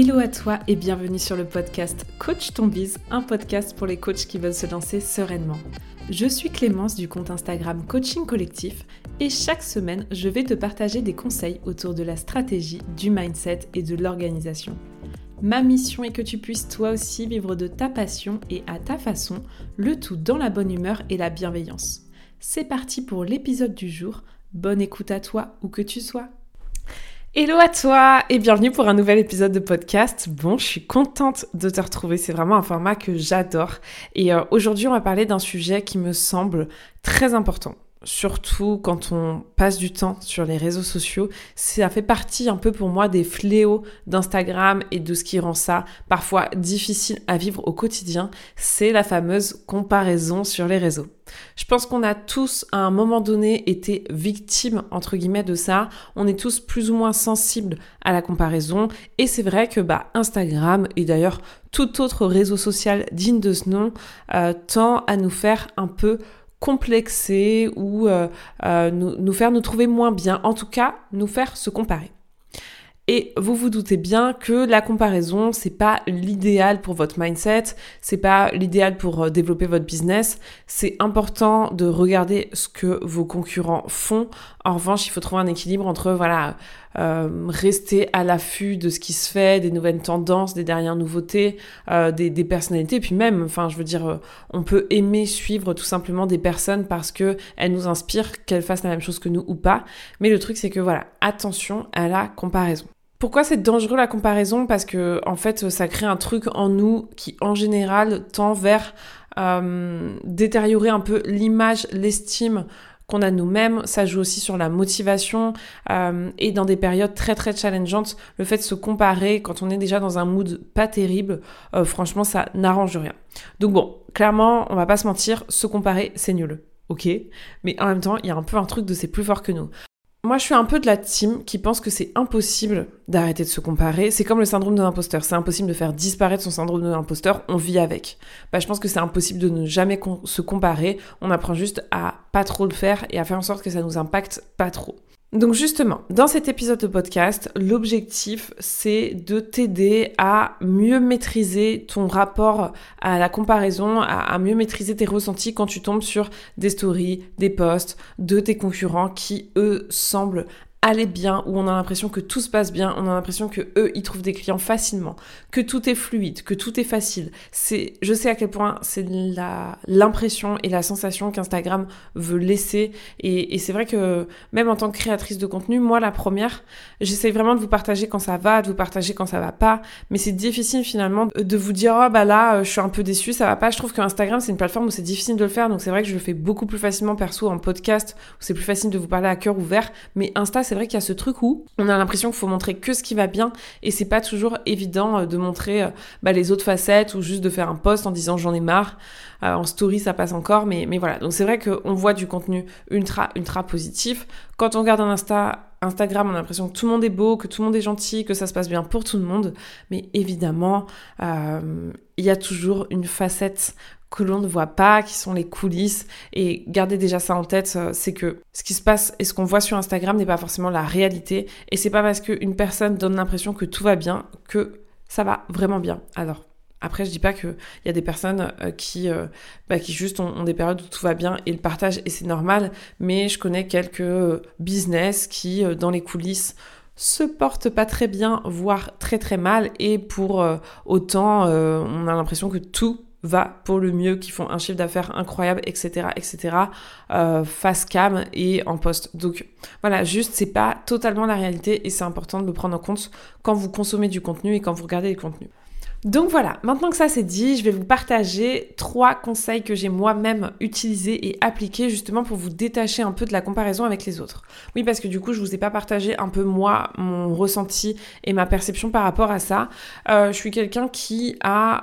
Hello à toi et bienvenue sur le podcast Coach ton biz, un podcast pour les coachs qui veulent se lancer sereinement. Je suis Clémence du compte Instagram Coaching Collectif et chaque semaine, je vais te partager des conseils autour de la stratégie, du mindset et de l'organisation. Ma mission est que tu puisses toi aussi vivre de ta passion et à ta façon, le tout dans la bonne humeur et la bienveillance. C'est parti pour l'épisode du jour. Bonne écoute à toi où que tu sois. Hello à toi et bienvenue pour un nouvel épisode de podcast. Bon, je suis contente de te retrouver, c'est vraiment un format que j'adore. Et aujourd'hui, on va parler d'un sujet qui me semble très important. Surtout quand on passe du temps sur les réseaux sociaux, ça fait partie un peu pour moi des fléaux d'Instagram et de ce qui rend ça parfois difficile à vivre au quotidien, c'est la fameuse comparaison sur les réseaux. Je pense qu'on a tous à un moment donné été victimes entre guillemets de ça, on est tous plus ou moins sensibles à la comparaison et c'est vrai que Instagram et d'ailleurs tout autre réseau social digne de ce nom tend à nous faire un peu complexer ou nous faire nous trouver moins bien, en tout cas nous faire se comparer. Et vous vous doutez bien que la comparaison, c'est pas l'idéal pour votre mindset, c'est pas l'idéal pour développer votre business. C'est important de regarder ce que vos concurrents font. En revanche, il faut trouver un équilibre entre rester à l'affût de ce qui se fait, des nouvelles tendances, des dernières nouveautés, des personnalités. Et puis même, on peut aimer suivre tout simplement des personnes parce que elles nous inspirent, qu'elles fassent la même chose que nous ou pas. Mais le truc, c'est que attention à la comparaison. Pourquoi c'est dangereux la comparaison ? Parce que en fait, ça crée un truc en nous qui, en général, tend vers détériorer un peu l'image, l'estime qu'on a de nous-mêmes. Ça joue aussi sur la motivation et dans des périodes très très challengeantes, le fait de se comparer quand on est déjà dans un mood pas terrible, franchement, ça n'arrange rien. Donc bon, clairement, on va pas se mentir, se comparer, c'est nul, ok ? Mais en même temps, il y a un peu un truc de c'est plus fort que nous. Moi, je suis un peu de la team qui pense que c'est impossible d'arrêter de se comparer. C'est comme le syndrome de l'imposteur. C'est impossible de faire disparaître son syndrome de l'imposteur. On vit avec. Je pense que c'est impossible de ne jamais se comparer. On apprend juste à pas trop le faire et à faire en sorte que ça nous impacte pas trop. Donc justement, dans cet épisode de podcast, l'objectif, c'est de t'aider à mieux maîtriser ton rapport à la comparaison, à mieux maîtriser tes ressentis quand tu tombes sur des stories, des posts de tes concurrents qui, eux, semblent aller bien, où on a l'impression que tout se passe bien, on a l'impression que eux, ils trouvent des clients facilement, que tout est fluide, que tout est facile. Je sais à quel point c'est l'impression et la sensation qu'Instagram veut laisser. Et c'est vrai que même en tant que créatrice de contenu, moi, la première, j'essaie vraiment de vous partager quand ça va, de vous partager quand ça va pas. Mais c'est difficile finalement de vous dire, je suis un peu déçue, ça va pas. Je trouve que Instagram, c'est une plateforme où c'est difficile de le faire. Donc c'est vrai que je le fais beaucoup plus facilement perso en podcast, où c'est plus facile de vous parler à cœur ouvert. Mais Insta, c'est vrai qu'il y a ce truc où on a l'impression qu'il faut montrer que ce qui va bien et c'est pas toujours évident de montrer les autres facettes ou juste de faire un post en disant j'en ai marre. En story, ça passe encore, mais voilà. Donc c'est vrai qu'on voit du contenu ultra positif. Quand on regarde un Instagram, on a l'impression que tout le monde est beau, que tout le monde est gentil, que ça se passe bien pour tout le monde. Mais évidemment, il y a toujours une facette que l'on ne voit pas, qui sont les coulisses. Et gardez déjà ça en tête, c'est que ce qui se passe et ce qu'on voit sur Instagram n'est pas forcément la réalité. Et c'est pas parce qu'une personne donne l'impression que tout va bien que ça va vraiment bien. Alors, après, je dis pas qu'il y a des personnes qui juste ont des périodes où tout va bien et le partagent et c'est normal. Mais je connais quelques business qui, dans les coulisses, se portent pas très bien, voire très très mal. Et pour autant, on a l'impression que tout va pour le mieux, qui font un chiffre d'affaires incroyable, etc., face cam et en post. Donc voilà, juste c'est pas totalement la réalité et c'est important de le prendre en compte quand vous consommez du contenu et quand vous regardez les contenus. Donc voilà, maintenant que ça c'est dit, je vais vous partager 3 conseils que j'ai moi-même utilisés et appliqués justement pour vous détacher un peu de la comparaison avec les autres. Oui, parce que du coup, je vous ai pas partagé un peu moi, mon ressenti et ma perception par rapport à ça. Je suis quelqu'un qui a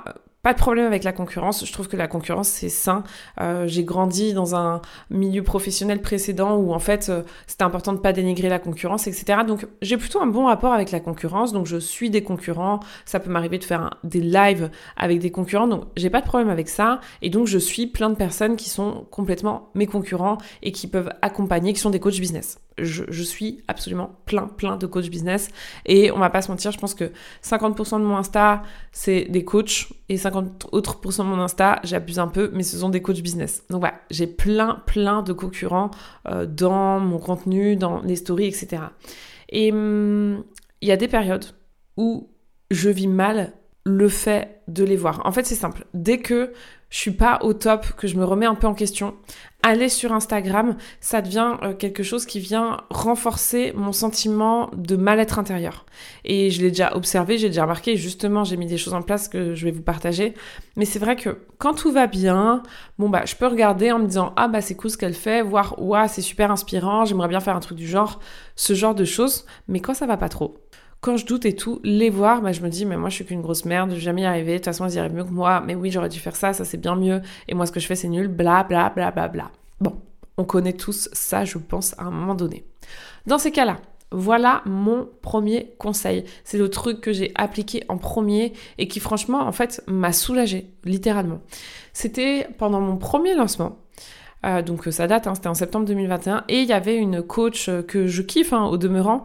Pas de problème avec la concurrence, je trouve que la concurrence c'est sain. J'ai grandi dans un milieu professionnel précédent où en fait c'était important de pas dénigrer la concurrence, etc. Donc j'ai plutôt un bon rapport avec la concurrence, donc je suis des concurrents, ça peut m'arriver de faire des lives avec des concurrents, donc j'ai pas de problème avec ça, et donc je suis plein de personnes qui sont complètement mes concurrents et qui peuvent accompagner, qui sont des coachs business. Je suis absolument plein de coachs business, et on va pas se mentir, je pense que 50% de mon Insta c'est des coachs et 50 autres % de mon Insta, j'abuse un peu, mais ce sont des coachs business. Donc voilà, j'ai plein de concurrents dans mon contenu, dans les stories, etc. Et il y a des périodes où je vis mal le fait de les voir. En fait, c'est simple. Dès que je suis pas au top, que je me remets un peu en question, aller sur Instagram, ça devient quelque chose qui vient renforcer mon sentiment de mal-être intérieur. Et je l'ai déjà observé, j'ai déjà remarqué, et justement, j'ai mis des choses en place que je vais vous partager. Mais c'est vrai que quand tout va bien, je peux regarder en me disant « Ah c'est cool ce qu'elle fait », voire « Ouah, c'est super inspirant, j'aimerais bien faire un truc du genre », ce genre de choses. Mais quand ça va pas trop, quand je doute et tout, les voir, je me dis, mais moi je suis qu'une grosse merde, je vais jamais y arriver, de toute façon ils y arrivent mieux que moi, mais oui j'aurais dû faire ça c'est bien mieux, et moi ce que je fais c'est nul, bla bla bla bla bla. Bon, on connaît tous ça je pense à un moment donné. Dans ces cas-là, voilà mon premier conseil. C'est le truc que j'ai appliqué en premier et qui franchement en fait m'a soulagée, littéralement. C'était pendant mon premier lancement. Donc ça date, c'était en septembre 2021, et il y avait une coach que je kiffe au demeurant,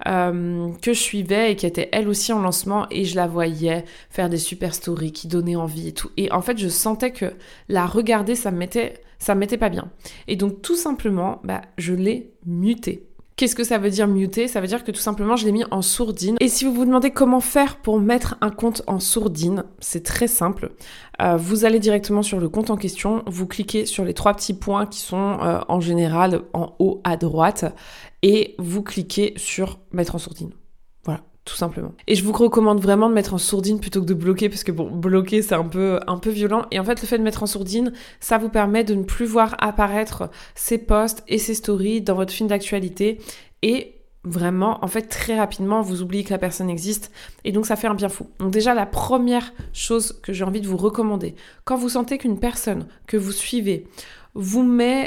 que je suivais et qui était elle aussi en lancement, et je la voyais faire des super stories qui donnaient envie et tout. Et en fait, je sentais que la regarder, ça me mettait pas bien. Et donc tout simplement, je l'ai mutée. Qu'est-ce que ça veut dire muter ? Ça veut dire que tout simplement, je l'ai mis en sourdine. Et si vous vous demandez comment faire pour mettre un compte en sourdine, c'est très simple. Vous allez directement sur le compte en question, vous cliquez sur les 3 petits points qui sont en général en haut à droite, et vous cliquez sur mettre en sourdine. Voilà, tout simplement. Et je vous recommande vraiment de mettre en sourdine plutôt que de bloquer, parce que bloquer c'est un peu violent. Et en fait, le fait de mettre en sourdine, ça vous permet de ne plus voir apparaître ces posts et ces stories dans votre fil d'actualité. Et vraiment, en fait, très rapidement, vous oubliez que la personne existe, et donc ça fait un bien fou. Donc déjà, la première chose que j'ai envie de vous recommander, quand vous sentez qu'une personne que vous suivez vous met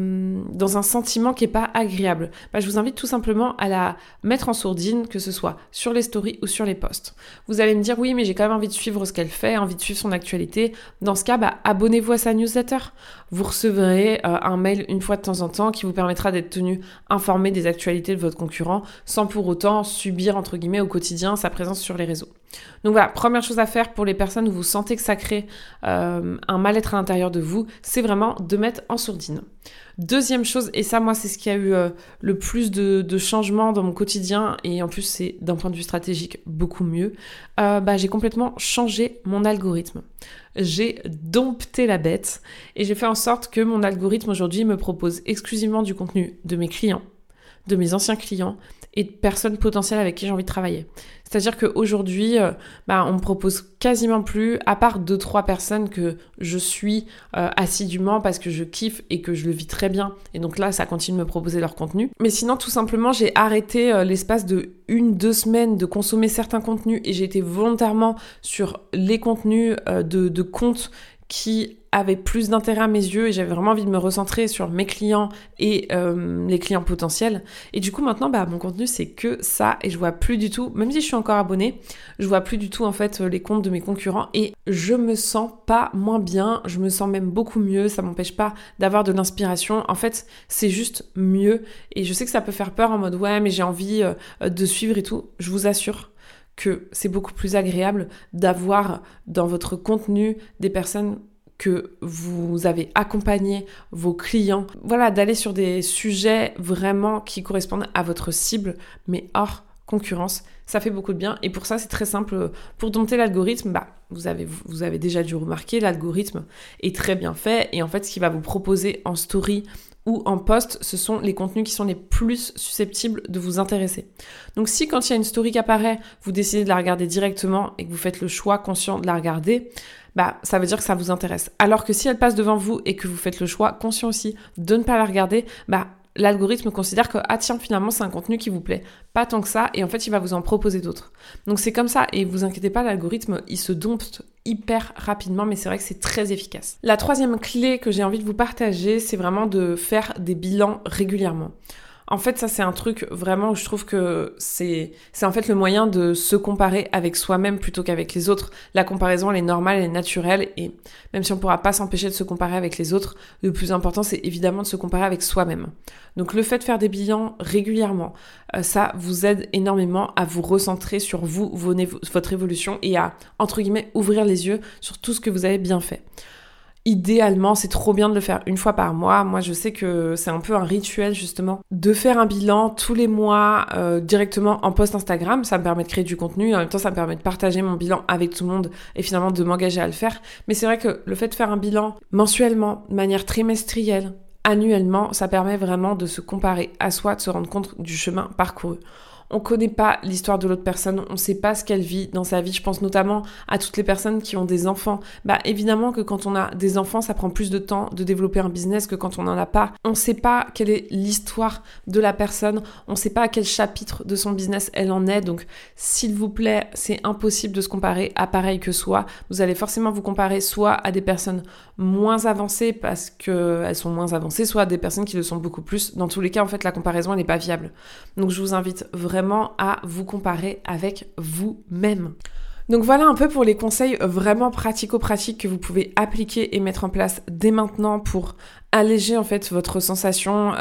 dans un sentiment qui n'est pas agréable, je vous invite tout simplement à la mettre en sourdine, que ce soit sur les stories ou sur les posts. Vous allez me dire, oui, mais j'ai quand même envie de suivre ce qu'elle fait, envie de suivre son actualité. Dans ce cas, abonnez-vous à sa newsletter. Vous recevrez un mail une fois de temps en temps qui vous permettra d'être tenu informé des actualités de votre concurrent, sans pour autant subir, entre guillemets, au quotidien sa présence sur les réseaux. Donc voilà, première chose à faire pour les personnes où vous sentez que ça crée un mal-être à l'intérieur de vous, c'est vraiment de mettre en sourdine. Deuxième chose, et ça moi c'est ce qui a eu le plus de changements dans mon quotidien, et en plus c'est d'un point de vue stratégique beaucoup mieux, j'ai complètement changé mon algorithme. J'ai dompté la bête et j'ai fait en sorte que mon algorithme aujourd'hui me propose exclusivement du contenu de mes clients, de mes anciens clients et de personnes potentielles avec qui j'ai envie de travailler. C'est-à-dire qu'aujourd'hui, on me propose quasiment plus, à part 2-3 personnes que je suis assidûment parce que je kiffe et que je le vis très bien. Et donc là, ça continue de me proposer leur contenu. Mais sinon, tout simplement, j'ai arrêté l'espace de 1-2 semaines de consommer certains contenus, et j'ai été volontairement sur les contenus de comptes qui avaient plus d'intérêt à mes yeux, et j'avais vraiment envie de me recentrer sur mes clients et les clients potentiels. Et du coup maintenant mon contenu c'est que ça, et je vois plus du tout, même si je suis encore abonnée, je vois plus du tout en fait les comptes de mes concurrents, et je me sens pas moins bien, je me sens même beaucoup mieux. Ça m'empêche pas d'avoir de l'inspiration, en fait c'est juste mieux. Et je sais que ça peut faire peur en mode ouais mais j'ai envie de suivre et tout. Je vous assure que c'est beaucoup plus agréable d'avoir dans votre contenu des personnes que vous avez accompagné, vos clients. Voilà, d'aller sur des sujets vraiment qui correspondent à votre cible, mais hors concurrence. Ça fait beaucoup de bien, et pour ça c'est très simple. Pour dompter l'algorithme, vous avez déjà dû remarquer, l'algorithme est très bien fait, et en fait ce qu'il va vous proposer en story ou en post, ce sont les contenus qui sont les plus susceptibles de vous intéresser. Donc si quand il y a une story qui apparaît, vous décidez de la regarder directement et que vous faites le choix conscient de la regarder, ça veut dire que ça vous intéresse. Alors que si elle passe devant vous et que vous faites le choix conscient aussi de ne pas la regarder, l'algorithme considère que tiens, finalement c'est un contenu qui vous plaît pas tant que ça, et en fait il va vous en proposer d'autres. Donc c'est comme ça, et vous inquiétez pas, l'algorithme il se dompte hyper rapidement, mais c'est vrai que c'est très efficace. La troisième clé que j'ai envie de vous partager, c'est vraiment de faire des bilans régulièrement. En fait, ça, c'est un truc vraiment où je trouve que c'est en fait le moyen de se comparer avec soi-même plutôt qu'avec les autres. La comparaison, elle est normale, elle est naturelle, et même si on ne pourra pas s'empêcher de se comparer avec les autres, le plus important, c'est évidemment de se comparer avec soi-même. Donc, le fait de faire des bilans régulièrement, ça vous aide énormément à vous recentrer sur vous, votre évolution, et à, entre guillemets, ouvrir les yeux sur tout ce que vous avez bien fait. Idéalement, c'est trop bien de le faire une fois par mois. Moi, je sais que c'est un peu un rituel, justement, de faire un bilan tous les mois directement en post Instagram. Ça me permet de créer du contenu. En même temps, ça me permet de partager mon bilan avec tout le monde et finalement de m'engager à le faire. Mais c'est vrai que le fait de faire un bilan mensuellement, de manière trimestrielle, annuellement, ça permet vraiment de se comparer à soi, de se rendre compte du chemin parcouru. On connaît pas l'histoire de l'autre personne, on sait pas ce qu'elle vit dans sa vie. Je pense notamment à toutes les personnes qui ont des enfants. Évidemment que quand on a des enfants, ça prend plus de temps de développer un business que quand on n'en a pas. On sait pas quelle est l'histoire de la personne, on sait pas à quel chapitre de son business elle en est. Donc, s'il vous plaît, c'est impossible de se comparer à pareil que soi. Vous allez forcément vous comparer soit à des personnes moins avancées parce qu'elles sont moins avancées, soit à des personnes qui le sont beaucoup plus. Dans tous les cas, en fait, la comparaison, elle n'est pas viable. Donc, je vous invite vraiment à vous comparer avec vous-même. Donc voilà un peu pour les conseils vraiment pratico-pratiques que vous pouvez appliquer et mettre en place dès maintenant pour alléger en fait votre sensation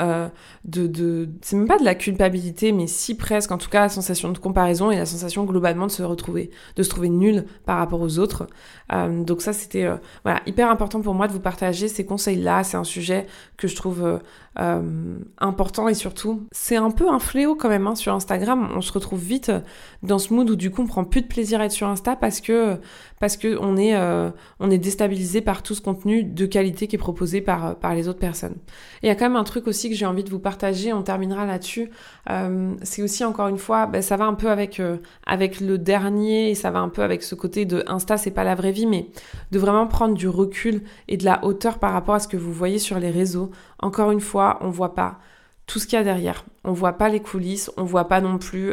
c'est même pas de la culpabilité, mais si presque, en tout cas la sensation de comparaison et la sensation globalement de se trouver nul par rapport aux autres. Donc ça c'était hyper important pour moi de vous partager ces conseils-là. C'est un sujet que je trouve important, et surtout c'est un peu un fléau quand même sur Instagram. On se retrouve vite dans ce mood où du coup on prend plus de plaisir à être sur Insta parce que on est déstabilisé par tout ce contenu de qualité qui est proposé par les autres personnes. Et il y a quand même un truc aussi que j'ai envie de vous partager, on terminera là-dessus, c'est aussi encore une fois, ça va un peu avec le dernier, et ça va un peu avec ce côté de Insta, c'est pas la vraie vie, mais de vraiment prendre du recul et de la hauteur par rapport à ce que vous voyez sur les réseaux. Encore une fois, on voit pas tout ce qu'il y a derrière. On voit pas les coulisses, on voit pas non plus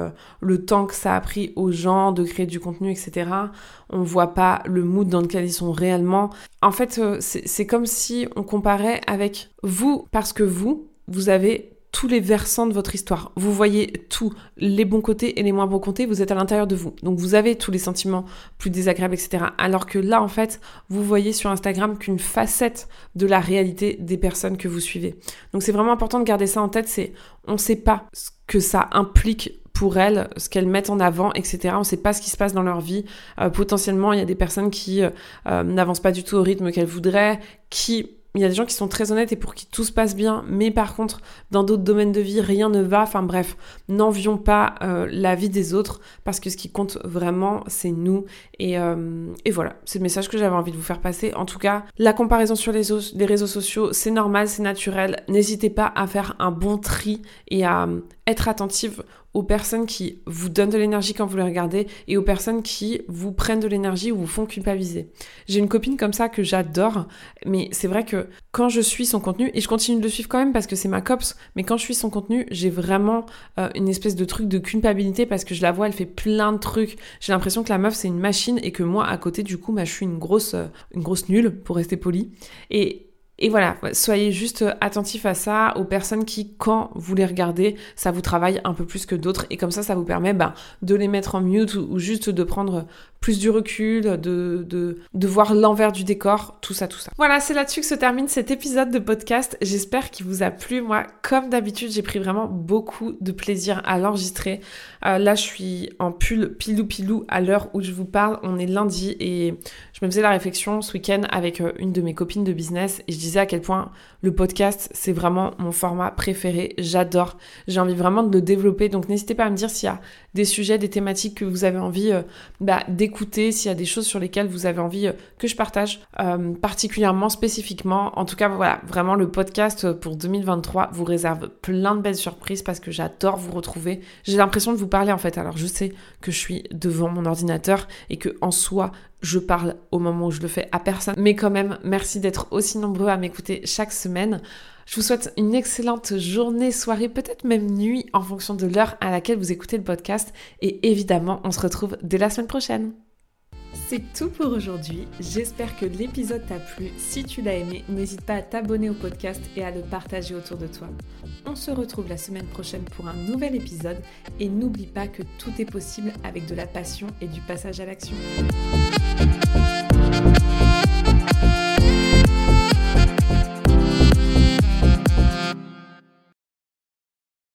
le temps que ça a pris aux gens de créer du contenu, etc. On voit pas le mood dans lequel ils sont réellement. En fait, c'est comme si on comparait avec vous, parce que vous avez tous les versants de votre histoire. Vous voyez tous les bons côtés et les moins bons côtés, vous êtes à l'intérieur de vous. Donc vous avez tous les sentiments plus désagréables, etc. Alors que là, en fait, vous voyez sur Instagram qu'une facette de la réalité des personnes que vous suivez. Donc c'est vraiment important de garder ça en tête, on ne sait pas ce que ça implique pour elles, ce qu'elles mettent en avant, etc. On ne sait pas ce qui se passe dans leur vie. Potentiellement, il y a des personnes qui n'avancent pas du tout au rythme qu'elles voudraient, il y a des gens qui sont très honnêtes et pour qui tout se passe bien, mais par contre, dans d'autres domaines de vie, rien ne va. Enfin bref, n'envions pas la vie des autres, parce que ce qui compte vraiment, c'est nous. Et voilà, c'est le message que j'avais envie de vous faire passer. En tout cas, la comparaison sur les réseaux sociaux, c'est normal, c'est naturel. N'hésitez pas à faire un bon tri et à être attentive aux personnes qui vous donnent de l'énergie quand vous les regardez et aux personnes qui vous prennent de l'énergie ou vous font culpabiliser. J'ai une copine comme ça que j'adore, mais c'est vrai que quand je suis son contenu, et je continue de le suivre quand même parce que c'est ma copse, mais quand je suis son contenu, j'ai vraiment une espèce de truc de culpabilité parce que je la vois, elle fait plein de trucs. J'ai l'impression que la meuf, c'est une machine et que moi, à côté, du coup, je suis une grosse nulle, pour rester polie. Et voilà, soyez juste attentifs à ça, aux personnes qui, quand vous les regardez, ça vous travaille un peu plus que d'autres, et comme ça vous permet de les mettre en mute ou juste de prendre plus du recul, de voir l'envers du décor, tout ça. Voilà, c'est là-dessus que se termine cet épisode de podcast. J'espère qu'il vous a plu. Moi, comme d'habitude, j'ai pris vraiment beaucoup de plaisir à l'enregistrer. Là, je suis en pull pilou à l'heure où je vous parle. On est lundi et je me faisais la réflexion ce week-end avec une de mes copines de business et je disais à quel point le podcast, c'est vraiment mon format préféré. J'adore. J'ai envie vraiment de le développer. Donc, n'hésitez pas à me dire s'il y a des sujets, des thématiques que vous avez envie d'écouter, s'il y a des choses sur lesquelles vous avez envie que je partage particulièrement, spécifiquement. En tout cas, voilà, vraiment le podcast pour 2023 vous réserve plein de belles surprises parce que j'adore vous retrouver. J'ai l'impression de vous parler en fait. Alors, je sais que je suis devant mon ordinateur et que en soi, je parle au moment où je le fais à personne. Mais quand même, merci d'être aussi nombreux à m'écouter chaque semaine. Je vous souhaite une excellente journée, soirée, peut-être même nuit en fonction de l'heure à laquelle vous écoutez le podcast. Et évidemment, on se retrouve dès la semaine prochaine. C'est tout pour aujourd'hui. J'espère que l'épisode t'a plu. Si tu l'as aimé, n'hésite pas à t'abonner au podcast et à le partager autour de toi. On se retrouve la semaine prochaine pour un nouvel épisode et n'oublie pas que tout est possible avec de la passion et du passage à l'action.